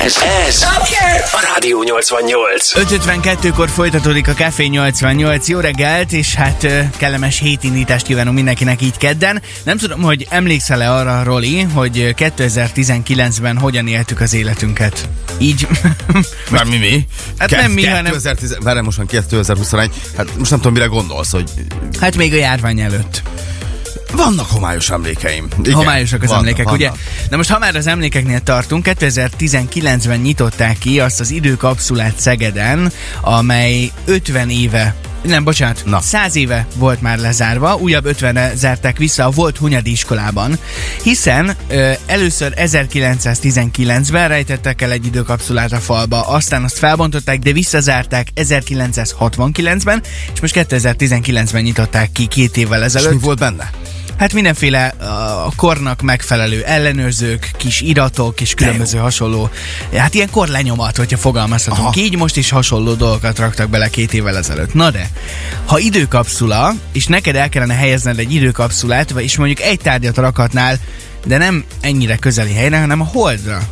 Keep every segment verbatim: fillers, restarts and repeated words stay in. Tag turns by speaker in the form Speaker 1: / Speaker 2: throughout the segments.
Speaker 1: Ez, ez a Rádió nyolcvannyolc.
Speaker 2: öt ötvenkettőkor folytatódik a Café nyolcvannyolc. Jó reggelt, és hát kellemes hétindítást kívánunk mindenkinek így kedden. Nem tudom, hogy emlékszel-e arra, Roli, hogy kétezer-tizenkilencben hogyan éltük az életünket? Így.
Speaker 3: Már mi mi?
Speaker 2: Hát
Speaker 3: Ke-
Speaker 2: nem mi,
Speaker 3: kétezer-tíz hanem... Várj, most van kétezer-huszonegy. Hát most nem tudom, mire gondolsz, hogy...
Speaker 2: Hát még a járvány előtt.
Speaker 3: Vannak homályos emlékeim. Igen,
Speaker 2: Homályosak az
Speaker 3: vannak,
Speaker 2: emlékek,
Speaker 3: vannak.
Speaker 2: ugye? Na most, ha már az emlékeknél tartunk, kétezer-tizenkilencben nyitották ki azt az időkapszulát Szegeden, amely ötven éve, nem, bocsánat,
Speaker 3: Na.
Speaker 2: száz éve volt már lezárva, újabb ötvenre zárták vissza a volt Hunyadi iskolában, hiszen ö, először ezerkilencszáztizenkilencben rejtettek el egy időkapszulát a falba, aztán azt felbontották, de visszazárták ezerkilencszázhatvankilencben, és most kétezer-tizenkilencben nyitották ki két évvel
Speaker 3: És
Speaker 2: ezelőtt.
Speaker 3: mi volt benne?
Speaker 2: Hát mindenféle a kornak megfelelő ellenőrzők, kis iratok és különböző hasonló, hát ilyen korlenyomat, hogyha fogalmazhatunk
Speaker 3: Aha.
Speaker 2: így, most is hasonló dolgokat raktak bele két évvel ezelőtt. Na de, ha időkapszula, és neked el kellene helyezned egy időkapszulát, és mondjuk egy tárgyat rakhatnál, de nem ennyire közeli helyre, hanem a Holdra.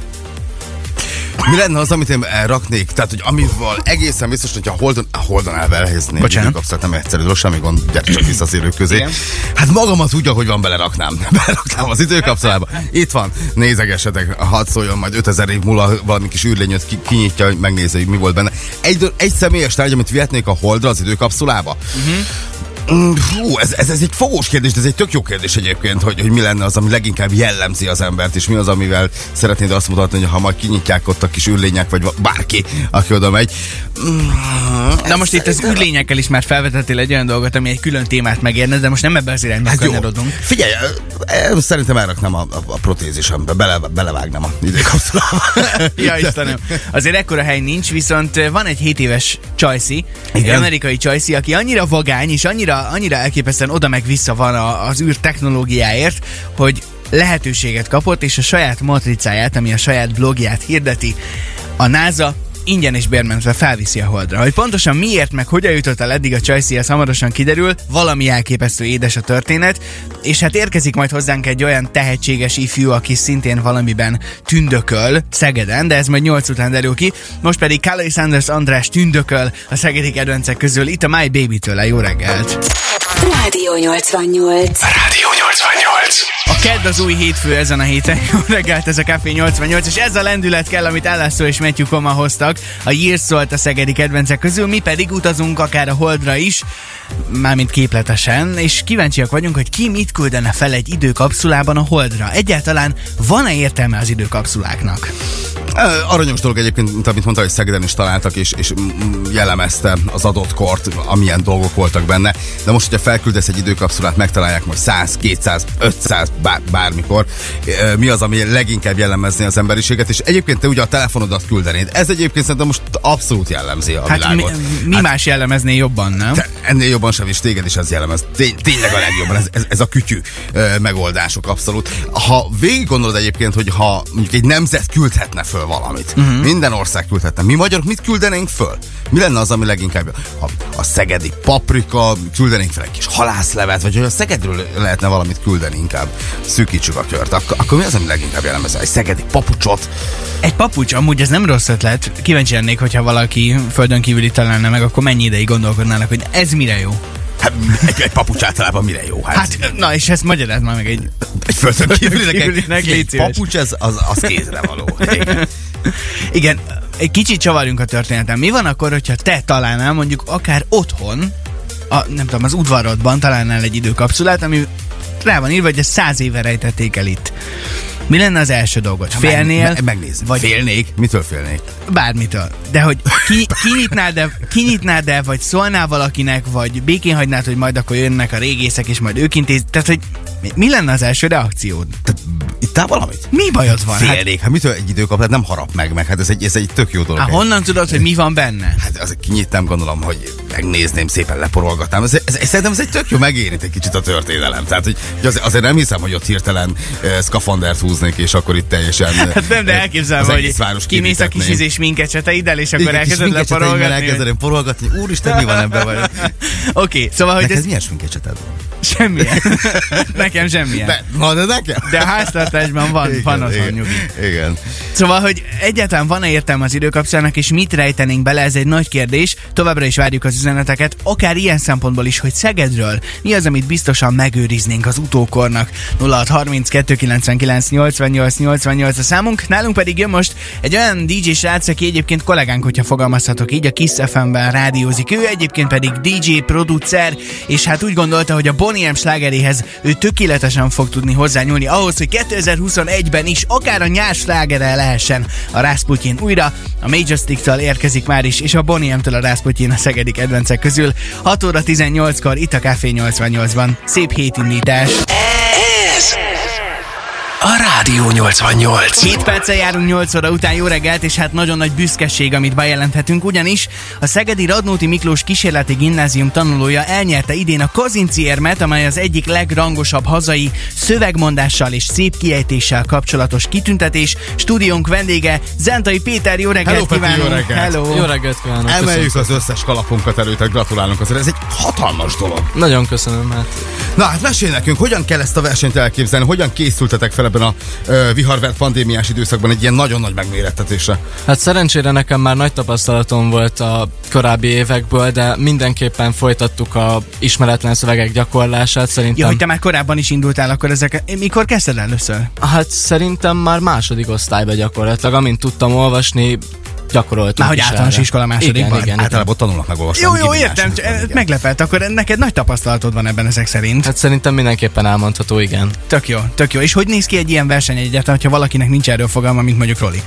Speaker 3: Mi lenne az, amit én elraknék? Tehát, hogy amivel egészen biztos, hogy a Holdon, a Holdon elhelyezni egy időkapszulát, nem egyszerű dolog, semmi gond, gyere csak vissza az élők közé.
Speaker 2: Igen.
Speaker 3: Hát magamat úgy, ahogy van, beleraknám. Beleraknám az időkapszulába. Itt van, nézegessetek, hadd szóljon, majd ötezer év múlva valami kis űrlényöt ki, kinyitja, hogy megnézze, hogy mi volt benne. Egy, egy személyes tárgy, amit vihetnék a Holdra, az időkapszulába. Uh-huh. Hú, ez, ez, ez egy fogós kérdés, de ez egy tök jó kérdés egyébként, hogy, hogy mi lenne az, ami leginkább jellemzi az embert, és mi az, amivel szeretnéd azt mutatni, hogy ha majd kinyitják ott a kis űrlények, vagy bárki, aki oda megy.
Speaker 2: Na most itt az űrlényekkel is már felvetettél egy olyan dolgot, ami egy külön témát megérne, de most nem ebbe az irányba
Speaker 3: Hát jó.
Speaker 2: kanyarodunk.
Speaker 3: Figyelj, eh, szerintem elraknám a, a, a protézisembe, bele, belevágnám a időkapszulába.
Speaker 2: Ja, Istenem. Azért ekkora hely nincs, viszont van egy hét éves csajszi, egy amerikai csajszi, aki annyira vagány, és annyira, annyira elképesztően oda meg vissza van a, az űr technológiáért, hogy lehetőséget kapott, és a saját matricáját, ami a saját blogját hirdeti, a NASA ingyen és bérmentve felviszi a Holdra. Hogy pontosan miért, meg hogyan jutott el eddig a csajszí, az hamarosan kiderül, valami elképesztő édes a történet, és hát érkezik majd hozzánk egy olyan tehetséges ifjú, aki szintén valamiben tündököl Szegeden, de ez majd nyolc után derül ki. Most pedig Calais Sanders András tündököl a szegedi kedvencek közül, itt a My Baby-től. Jó reggelt!
Speaker 4: Rádió nyolcvannyolc.
Speaker 1: Rádió nyolcvannyolc.
Speaker 2: A kedd az új hétfő ezen a héten. Jó reggelt, ez a Café nyolcvannyolc, és ez a lendület kell, amit Álászló és Matthew Koma hoztak. A Years szólt a szegedi kedvencek közül, mi pedig utazunk akár a Holdra is, mármint képletesen, és kíváncsiak vagyunk, hogy ki mit küldene fel egy időkapszulában a Holdra. Egyáltalán van-e értelme az időkapszuláknak?
Speaker 3: Aranyos dolog egyébként, mint amit mondta, hogy Szegeden is találtak, és, és jellemezte az adott kort, amilyen dolgok voltak benne. De most, hogyha felküldesz egy időkapszulát, megtalálják majd száz, kétszáz, ötszáz, bár, bármikor. Mi az, ami leginkább jellemezni az emberiséget, és egyébként te ugye a telefonodat küldenéd. Ez egyébként szerintem most abszolút jellemzi a
Speaker 2: Hát
Speaker 3: világot.
Speaker 2: mi, mi hát, más jellemezné jobban, nem?
Speaker 3: Te, ennél jobban sem, és téged is ez jellemez. Tény, tényleg a legjobban, ez, ez, ez a kütyű ö, megoldások abszolút. Ha végig gondolod egyébként, hogy ha mondjuk egy nemzet küldhetne föl valamit, uh-huh. minden ország küldhetne, mi magyarok mit küldenénk föl? Mi lenne az, ami leginkább? Ha a szegedi paprika, küldenénk fel egy kis halászlevet, vagy hogy a Szegedről lehetne valamit küldeni, inkább szűkítsük a kört. Ak- akkor mi az, ami leginkább jellemez? Egy szegedi papucsot?
Speaker 2: Egy papucs, amúgy ez nem rossz ötlet. Kíváncsi lennék, hogyha valaki földön kívüli találna meg, akkor mennyi ideig gondolkodnának, hogy ez mire jó?
Speaker 3: Hát egy, egy papucs általában mire jó? Hát,
Speaker 2: Hát, na és ezt magyarázd már meg egy...
Speaker 3: egy földön kívülinek,
Speaker 2: kívülinek,
Speaker 3: egy,
Speaker 2: légy
Speaker 3: egy
Speaker 2: szíves.
Speaker 3: papucs, az, az, az kézre való. Igen.
Speaker 2: Igen, egy kicsit csavarjunk a történetem. Mi van akkor, hogyha te találnál mondjuk akár otthon, a, nem tudom, az udvarodban találnál egy időkapszulát, ami rá van írva, hogy ezt száz éve rejtették el itt. Mi lenne az első dolgot? Félnél?
Speaker 3: Meg, megnézni.
Speaker 2: Vagy
Speaker 3: Félnék? Mitől félnék?
Speaker 2: bármitől. De hogy ki, kinyitnád, de, kinyitnád de, vagy szólnál valakinek, vagy békén hagynád, hogy majd akkor jönnek a régészek, és majd ők intéz... Tehát, hogy mi, mi lenne az első reakciód?
Speaker 3: Te ittál valamit?
Speaker 2: Mi bajod van? Hát,
Speaker 3: Félnék. Hát mitől egy időkapszulát nem harap meg, meg hát ez egy, ez egy tök jó dolog.
Speaker 2: hát honnan tudod, hogy mi van benne?
Speaker 3: Hát azért kinyittem, gondolom, hogy megnézném, szépen leporolgatnám. Ez, ez, ez, szerintem ez egy tök jó, megérint egy kicsit a történelem. Tehát, hogy, hogy azért, azért nem hiszem, hogy ott hirtelen uh, szkafandert húznék, és akkor itt teljesen...
Speaker 2: Hát nem, de elképzelem, hogy kimész a kis izés minkecseteiddel, és akkor elkezded leporolgatni.
Speaker 3: Elkezdem porolgatni. Úristen, mi van ebben vagy?
Speaker 2: Oké, okay, szóval, hogy
Speaker 3: Neked
Speaker 2: ez...
Speaker 3: milyen sminkecseted van?
Speaker 2: Semmilyen. Nekem semmilyen.
Speaker 3: De, na de nekem?
Speaker 2: De a háztartásban van, igen, van otthon nyugi.
Speaker 3: Igen.
Speaker 2: Szóval, hogy egyáltalán van-e értelme az időkapszulának, és mit rejtenénk bele, ez egy nagy kérdés. Továbbra is várjuk az üzeneteket, akár ilyen szempontból is, hogy Szegedről mi az, amit biztosan megőriznénk az utókornak. nulla hat harminckettő kilencvenkilenc nyolcvannyolc nyolcvannyolc a számunk, nálunk pedig jön most egy olyan dé dzsé srác, aki egyébként kollégánk, hogyha fogalmazhatok így, a Kiss ef em-ben rádiózik. Ő egyébként pedig dé dzsé producer, és hát úgy gondolta, hogy a Boney M slágeréhez ő tökéletesen fog tudni hozzányúlni ahhoz, hogy kétezer-huszonegyben is akár a nyár slágere lehessen a Rasputin újra. A Majestic-től érkezik már is, és a Boney M-től a Rasputin a szegedi kedvencek közül. hat óra tizennyolckor itt a Café nyolcvannyolcban. Szép hétindítás!
Speaker 1: Ez a Rádió nyolcvannyolc.
Speaker 2: hét perccel járunk nyolc óra után, jó reggelt, és hát nagyon nagy büszkeség, amit bejelenthetünk, ugyanis a szegedi Radnóti Miklós Kísérleti Gimnázium tanulója elnyerte idén a Kazinczy érmet, amely az egyik legrangosabb hazai szövegmondással és szép kiejtéssel kapcsolatos kitüntetés. Stúdiónk vendége Zentai Péter, jó reggelt.
Speaker 3: Hello,
Speaker 2: kívánunk!
Speaker 3: Peti, jó reggelt.
Speaker 2: Hello.
Speaker 5: Jó reggelt kívánok!
Speaker 3: Emeljük az összes kalapunkat előtt, gratulálunk azért, ez egy hatalmas dolog.
Speaker 5: Nagyon köszönöm, hát.
Speaker 3: Na hát mesélj nekünk, hogyan kell ezt a versenyt elképzelni, hogyan készültetek fel ebben a uh, viharvert pandémiás időszakban egy ilyen nagyon nagy megmérettetésre?
Speaker 5: Hát szerencsére nekem már nagy tapasztalatom volt a korábbi évekből, de mindenképpen folytattuk a ismeretlen szövegek gyakorlását, szerintem.
Speaker 2: Ja, hogy te már korábban is indultál, akkor ezek... Mikor kezdted először?
Speaker 5: Hát szerintem már második osztályban gyakorlatilag, amint tudtam olvasni, gyakoroltunk.
Speaker 2: Már hogy
Speaker 5: is
Speaker 2: általános
Speaker 5: erre.
Speaker 2: iskola másodikban?
Speaker 5: Igen, igen,
Speaker 3: Általában tanulnak megolvasni.
Speaker 2: Jó, jó, értem, meglepett, akkor neked nagy tapasztalatod van ebben ezek szerint.
Speaker 5: Hát szerintem mindenképpen elmondható, igen.
Speaker 2: Tök jó, tök jó. És hogy néz ki egy ilyen verseny egyáltalán, ha valakinek nincs erről fogalma, mint mondjuk Roli?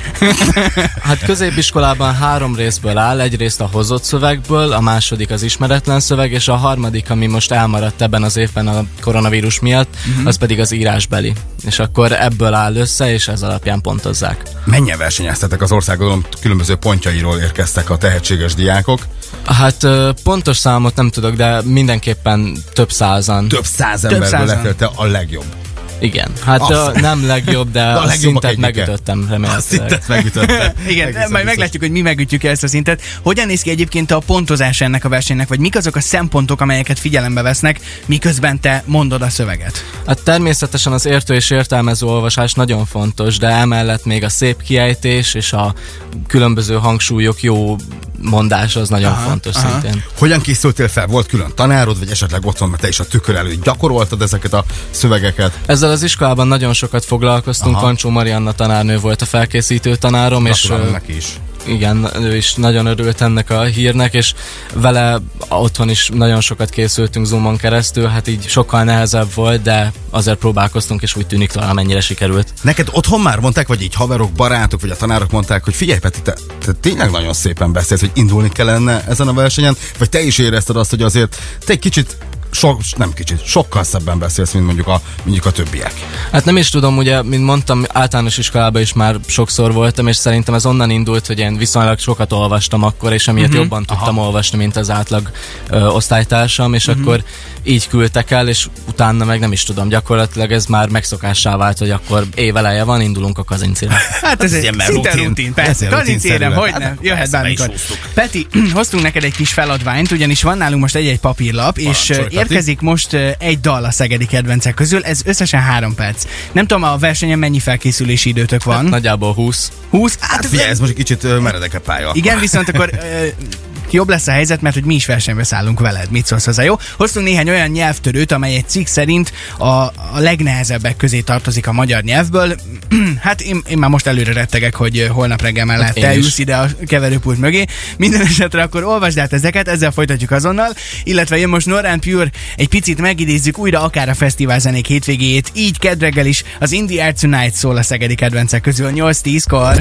Speaker 5: Hát középiskolában három részből áll, egy részt a hozott szövegből, a második az ismeretlen szöveg, és a harmadik, ami most elmaradt ebben az évben a koronavírus miatt, uh-huh. az pedig az írásbeli. És akkor ebből áll össze, és ez alapján pontozzák.
Speaker 3: Mennyien versenyeztetek az országon, különböző pontjairól érkeztek a tehetséges diákok?
Speaker 5: Hát pontos számot nem tudok, de mindenképpen több százan.
Speaker 3: Több száz emberből lettél te a legjobb.
Speaker 5: Igen, hát
Speaker 3: Azt.
Speaker 5: nem legjobb, de, de a, a szintet megütöttem, remélhetőleg.
Speaker 3: A szintet megütöttem.
Speaker 2: Igen, majd biztos. Meglátjuk, hogy mi megütjük ezt a szintet. Hogyan néz ki egyébként a pontozás ennek a versenynek, vagy mik azok a szempontok, amelyeket figyelembe vesznek, miközben te mondod a szöveget?
Speaker 5: Hát természetesen az értő és értelmező olvasás nagyon fontos, de emellett még a szép kiejtés és a különböző hangsúlyok jó mondás az nagyon aha, fontos aha. szintén.
Speaker 3: Hogyan készültél fel? Volt külön tanárod, vagy esetleg otthon, mert te is a tükör előtt gyakoroltad ezeket a szövegeket?
Speaker 5: Ezzel az iskolában nagyon sokat foglalkoztunk. Aha. Kancsó Marianna tanárnő volt a felkészítő tanárom, és
Speaker 3: neki is.
Speaker 5: Igen, ő is nagyon örült ennek a hírnek, és vele otthon is nagyon sokat készültünk Zoomon keresztül, hát így sokkal nehezebb volt, de azért próbálkoztunk, és úgy tűnik talán mennyire sikerült.
Speaker 3: Neked otthon már mondták, vagy így haverok, barátok, vagy a tanárok mondták, hogy figyelj Peti, te, te tényleg nagyon szépen beszélsz, hogy indulni kellene ezen a versenyen, vagy te is érezted azt, hogy azért te egy kicsit So, nem kicsit, sokkal szebben beszélsz, mint mondjuk a, mondjuk a többiek.
Speaker 5: Hát nem is tudom, ugye, mint mondtam, általános iskolában is már sokszor voltam, és szerintem ez onnan indult, hogy én viszonylag sokat olvastam akkor, és emiatt uh-huh. jobban tudtam Aha. olvasni, mint az átlag ö, osztálytársam, és uh-huh. akkor így küldtek el, és utána meg nem is tudom, gyakorlatilag ez már megszokássá vált, hogy akkor éveleje van, indulunk a Kazincyre.
Speaker 2: Hát ez egy szinte rutin, persze. Kazincyre, hogy nem, jöhet bármikor. Peti, hoztunk neked egy kis feladványt, ugyanis van nálunk most egy-egy papírlap, és érkezik most egy dal a szegedi kedvencek közül, ez összesen három perc. Nem tudom, a versenyen mennyi felkészülési időtök van?
Speaker 5: Hát nagyjából húsz.
Speaker 2: húsz?
Speaker 3: Hát figyelj, ez most egy kicsit meredek a pálya.
Speaker 2: Igen, viszont akkor ö, jobb lesz a helyzet, mert hogy mi is versenybe szállunk veled. Mit szólsz hozzá, jó? Hoztunk néhány olyan nyelvtörőt, amely egy cikk szerint a, a legnehezebbek közé tartozik a magyar nyelvből. Hát én, én már most előre rettegek, hogy holnap reggel mellett te ülsz ide a keverőpult mögé. Minden esetre akkor olvasd át ezeket, ezzel folytatjuk azonnal. Illetve jön most Northern Pure, egy picit megidézzük újra akár a fesztiválzenék hétvégéjét, így kedreggel is az In the Air Tonight szól a szegedi kedvencek közül nyolc-tízkor.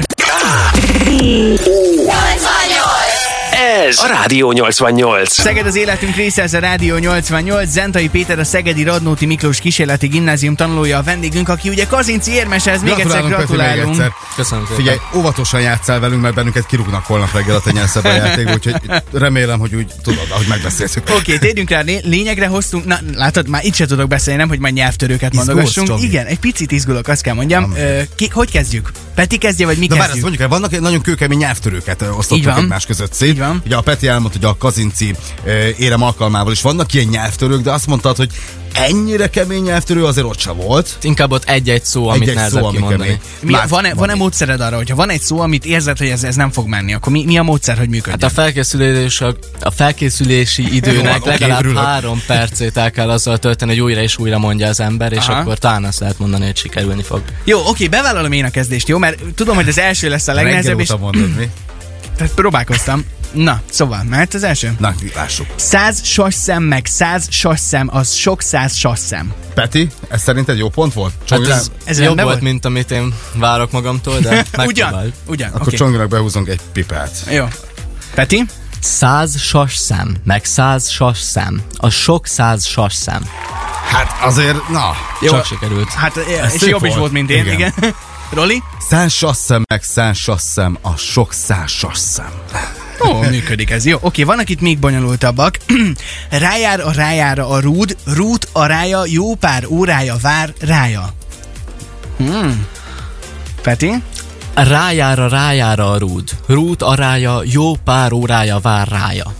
Speaker 1: Ez a Rádió nyolcvannyolc.
Speaker 2: Szeged az életünk része, ez a Rádió nyolcvannyolc. Zentai Péter, a szegedi Radnóti Miklós Kísérleti Gimnázium tanulója a vendégünk, aki ugye Kazinczy érmeshez. Még egyszer gratulálunk. Még egyszer.
Speaker 5: Köszönöm szépen.
Speaker 3: Figyelj, óvatosan játsszál velünk, mert bennünket kirúgnak holnap reggel a te nyelsz ebbe a játékba, úgyhogy remélem, hogy úgy tudod, ahogy megbeszélszük.
Speaker 2: Oké, okay, térjünk rá, lényegre hoztunk. Na, látod, már itt se tudok beszélni, nem, hogy majd nyelvtörőket mondogassunk. Izgulsz, igen, egy picit izgulok, azt kell mondjam. Ö, ki, hogy kezdjük? Peti kezdje, vagy mi
Speaker 3: Na,
Speaker 2: kezdjük?
Speaker 3: Bár mondjuk el, vannak nagyon kőkemény nyelvtörőket osztottak egymás között szét. Ugye a Peti elmondta, hogy a Kazinczy érem alkalmával is vannak ilyen nyelvtörők, de azt mondtad, hogy ennyire kemény nyelvtörő azért ott sem volt.
Speaker 5: Inkább ott egy-egy szó, amit
Speaker 3: Egy-egy
Speaker 5: nehezebb
Speaker 3: szó, ami
Speaker 5: kimondani.
Speaker 3: kemény.
Speaker 2: Mi,
Speaker 3: Már
Speaker 2: van-e,
Speaker 3: van
Speaker 2: van-e
Speaker 3: így.
Speaker 2: módszered arra, hogyha van egy szó, amit érzed, hogy ez, ez nem fog menni, akkor mi, mi a módszer, hogy működjön?
Speaker 5: Hát a felkészülés, a, a felkészülési időnek
Speaker 3: Jó, oké,
Speaker 5: legalább
Speaker 3: örülök.
Speaker 5: három percét el kell azzal tölteni, hogy újra és újra mondja az ember, és
Speaker 2: Aha.
Speaker 5: akkor talán azt lehet mondani, hogy sikerülni fog.
Speaker 2: Jó, oké, bevállalom én a kezdést, jó? Mert tudom, hogy az első lesz a
Speaker 3: Reggel
Speaker 2: legnehezebb, és
Speaker 3: óta mondod, mi?
Speaker 2: tehát próbálkoztam. Na, szóval, mehet az első?
Speaker 3: Na, lássuk.
Speaker 2: Száz sasszem meg száz sasszem, az sok száz sasszem.
Speaker 3: Peti, ez szerinted jó pont volt?
Speaker 5: Hát
Speaker 3: Csongilán?
Speaker 5: ez,
Speaker 2: Ez
Speaker 5: jobb
Speaker 2: rendben
Speaker 5: volt,
Speaker 2: volt?
Speaker 5: mint amit én várok magamtól, de
Speaker 2: Ugyan?
Speaker 5: megpróbáljuk.
Speaker 2: Ugyan,
Speaker 3: Akkor
Speaker 2: oké.
Speaker 3: Csonginak behúzunk egy pipát.
Speaker 2: Jó. Peti?
Speaker 5: Száz sasszem, meg száz sasszem, az sok száz sasszem.
Speaker 3: Hát azért, na.
Speaker 5: Csak sikerült.
Speaker 2: Hát,
Speaker 3: Ez
Speaker 2: és
Speaker 3: szép
Speaker 2: jobb is
Speaker 3: volt.
Speaker 2: volt, mint én, igen.
Speaker 3: Igen.
Speaker 2: Roli?
Speaker 3: Száz sasszem meg száz sasszem, a sok száz sasszem.
Speaker 2: Ó, működik ez. Jó, oké, vannak itt még bonyolultabbak. Rájár a rájára a rúd, rút a rája, jó pár órája vár rája. Hmm. Peti?
Speaker 5: Rájára, rájára a rúd. Rút arája, jó pár órája vár rája.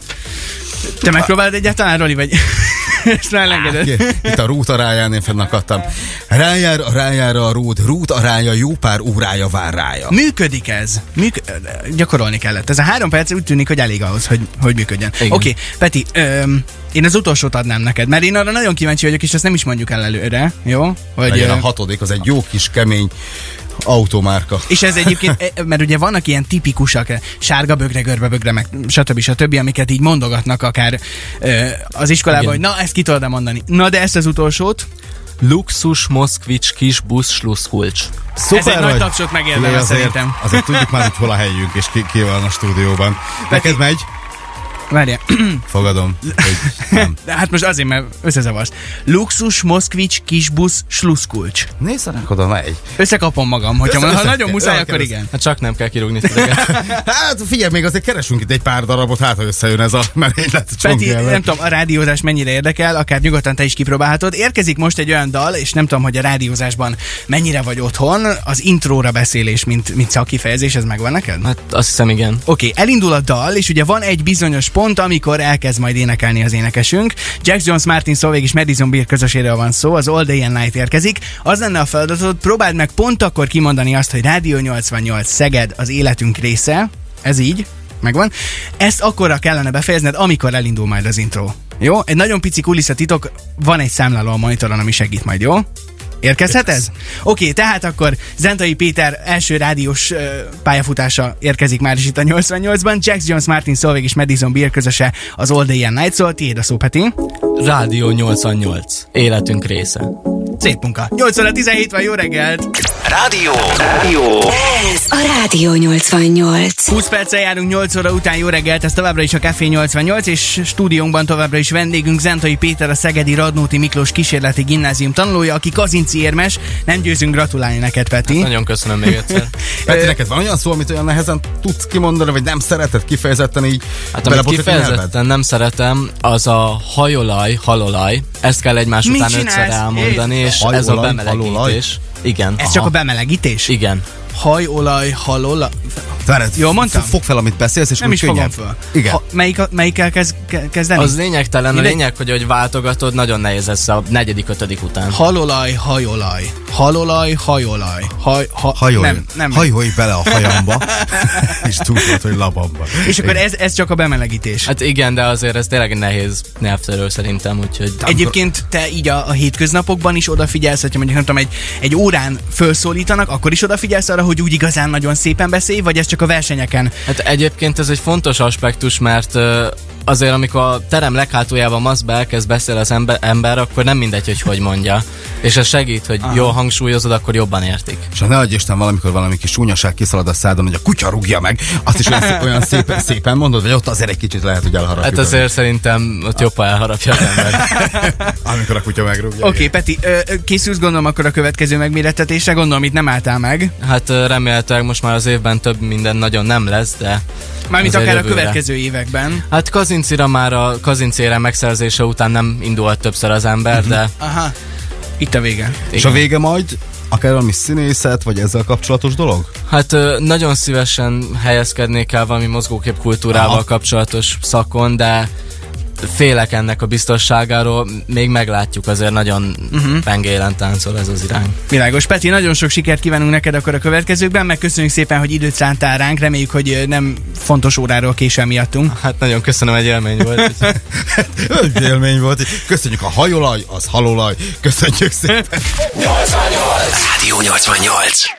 Speaker 2: Te megpróbálod egyáltalán, Roli, vagy ezt már elengedett?
Speaker 3: Itt a rút aráján én fennakadtam. Rájár a rájára a rút, rút arája, jó pár órája vár rája.
Speaker 2: Működik ez. Műk- gyakorolni kellett. Ez a három perc úgy tűnik, hogy elég ahhoz, hogy, hogy működjön. Oké,
Speaker 5: Igen.
Speaker 2: okay, Peti, öm, én az utolsót adnám neked, mert én arra nagyon kíváncsi vagyok, és ezt nem is mondjuk el előre, jó? Hogy,
Speaker 3: Legyen a
Speaker 2: ö,
Speaker 3: hatodik, az egy jó kis kemény automárka.
Speaker 2: és ez egyébként, e, mert ugye vannak ilyen tipikusak, e, sárga bögre, görbe bögre, meg stb. stb., amiket így mondogatnak akár ö, az iskolában,
Speaker 5: Igen.
Speaker 2: hogy na, ezt ki tudod mondani. Na, de ezt az utolsót,
Speaker 5: Luxus, Moszkvics, kis busz, sluszkulcs.
Speaker 2: ez egy nagy tapsot megérdemel
Speaker 3: Figyelj, azért,
Speaker 2: szerintem.
Speaker 3: azért tudjuk már, hogy hol a helyünk, és ki, ki van a stúdióban. Neked megy?
Speaker 2: Várjál.
Speaker 3: Fogadom, hogy nem.
Speaker 2: De hát most azért, mert összezavarsz. Luxus, Moszkvics, kisbusz, sluszkulcs.
Speaker 3: Nézzenek oda, megy.
Speaker 2: Összekapom magam, hogyha
Speaker 3: Össze-
Speaker 2: ha
Speaker 3: össze-
Speaker 2: nagyon muszáj,
Speaker 3: össze-
Speaker 2: akkor
Speaker 3: össze-
Speaker 2: igen.
Speaker 5: Hát csak nem kell kirúgni titeket.
Speaker 3: Hát figyelj, még azért keresünk itt egy pár darabot, hát ha összejön ez a merénylet.
Speaker 2: Peti,
Speaker 3: Csongilával.
Speaker 2: nem tudom, a rádiózás mennyire érdekel, akár nyugodtan te is kipróbálhatod. Érkezik most egy olyan dal, és nem tudom, hogy a rádiózásban mennyire vagy otthon, az intróra beszélés, mint, mint szakkifejezés, ez megvan neked?
Speaker 5: Hát azt hiszem igen.
Speaker 2: Oké, okay, elindul a dal, és ugye van egy bizonyos pont, amikor elkezd majd énekelni az énekesünk. Jack Jones, Martin Solveig és Madison Beer közöséről van szó, az All Day and Night érkezik. Az lenne a feladatod, próbáld meg pont akkor kimondani azt, hogy Rádió nyolcvannyolc Szeged az életünk része. Ez így, megvan. Ezt akkorra kellene befejezned, amikor elindul majd az intro. Jó? Egy nagyon pici kulisszatitok, van egy számláló a monitoron, ami segít majd, jó? Érkezhet ez? Oké, okay, tehát akkor Zentai Péter első rádiós uh, pályafutása érkezik már is itt a nyolcvannyolcban. Jack Jones, Martin Solveig és Madison Beer közöse az All Day and Night, szóval tiéd a szó, Peti.
Speaker 5: Rádió nyolcvannyolc. Életünk része.
Speaker 2: Szép munka. nyolc óra tizenhét van, jó reggelt!
Speaker 1: Rádió. Rádió.
Speaker 4: Ez a Rádió nyolcvannyolc.
Speaker 2: húsz perccel járunk nyolc óra után, jó reggelt, ez továbbra is a Café nyolcvannyolc, és stúdiónkban továbbra is vendégünk Zentai Péter, a szegedi Radnóti Miklós kísérleti gimnázium tanulója, aki kazinci érmes. Nem győzünk gratulálni neked, Peti.
Speaker 5: Nagyon köszönöm még egyszer.
Speaker 3: Peti, neked van olyan szó, amit olyan nehezen tudsz kimondani, vagy nem szereted kifejezetten így?
Speaker 5: Hát amit
Speaker 3: belebotlik a nyelved?
Speaker 5: kifejezetten nem szeretem, az a hajolaj, halolaj. Ezt kell egymás
Speaker 2: Mit
Speaker 5: után
Speaker 2: csinálsz?
Speaker 5: ötször elmondani, és
Speaker 3: Hajolaj,
Speaker 5: ez a
Speaker 3: halolaj?
Speaker 5: bemelegítés. Igen.
Speaker 2: Ez csak a bemelegítés?
Speaker 5: Igen.
Speaker 2: Hajolaj, halolaj.
Speaker 3: Várj,
Speaker 2: Jól mondtam?
Speaker 3: Fog fel, amit beszélsz, és
Speaker 2: Nem
Speaker 3: úgy
Speaker 2: is fogom
Speaker 3: könnyebb.
Speaker 2: föl.
Speaker 3: Igen.
Speaker 2: Ha, melyik, a- melyikkel kezd, ke- kezdeni?
Speaker 5: Az lényegtelen, a
Speaker 2: Mindegy.
Speaker 5: lényeg, hogy hogy váltogatod, nagyon nehéz lesz a negyedik, ötödik után.
Speaker 2: Halolaj, hajolaj. Halolaj, hajolaj. Haj, ha,
Speaker 3: Hajolj,
Speaker 2: nem, nem.
Speaker 3: hajolj bele a hajamba, és tudod, hogy labamba.
Speaker 2: És akkor ez, ez csak a bemelegítés.
Speaker 5: Hát igen, de azért ez tényleg nehéz nyelvtörő szerintem, úgyhogy...
Speaker 2: Egyébként te így a, a hétköznapokban is odafigyelsz, hogyha mondjuk nem tudom, egy, egy órán felszólítanak, akkor is odafigyelsz arra, hogy úgy igazán nagyon szépen beszélj, vagy ez csak a versenyeken?
Speaker 5: Hát egyébként ez egy fontos aspektus, mert ö, azért amikor a terem leghátuljában maszkba elkezd beszél az ember, ember, akkor nem mindegy, hogy hogy mondja. És ez segít, hogy
Speaker 2: Aha.
Speaker 5: jól hangsúlyozod, akkor jobban értik.
Speaker 3: És ha ne adj Isten, valamikor valami kis súnyaság kiszalad a szádon, hogy a kutya rúgja meg, azt is olyan, szép, olyan szépen, szépen mondod, vagy ott azért egy kicsit lehet, hogy elharapjuk.
Speaker 5: Hát azért szerintem ott jobb, ha elharapja az ember.
Speaker 3: Amikor a kutya megrúgja.
Speaker 2: Oké, okay, Peti, ö, ö, készülsz gondolom akkor a következő megmérettetésre, gondolom itt nem álltál meg.
Speaker 5: Hát ö, remélhetőleg most már az évben több minden nagyon nem lesz, de...
Speaker 2: Mármint
Speaker 5: azért
Speaker 2: akár a
Speaker 5: jövőre.
Speaker 2: következő években.
Speaker 5: Hát Kazincira már a kazincére megszerzése után nem indult többször az ember,
Speaker 3: Mhm.
Speaker 5: de...
Speaker 2: Aha, itt a vége.
Speaker 3: És a vége majd akár valami színészet, vagy ezzel kapcsolatos dolog?
Speaker 5: Hát ö, nagyon szívesen helyezkednék el valami mozgókép kultúrával
Speaker 3: Aha.
Speaker 5: kapcsolatos szakon, de félek ennek a biztonságáról, még meglátjuk, azért nagyon uh-huh. pengélen táncol ez az irány.
Speaker 2: Világos. Peti, nagyon sok sikert kívánunk neked akkor a következőkben, meg köszönjük szépen, hogy időt szántál ránk, reméljük, hogy nem fontos óráról késel miattunk.
Speaker 5: Hát nagyon köszönöm, egy élmény volt.
Speaker 3: Egy élmény volt. Köszönjük a hajolaj, az halolaj. Köszönjük szépen.
Speaker 1: nyolcvannyolc Rádió nyolcvannyolc.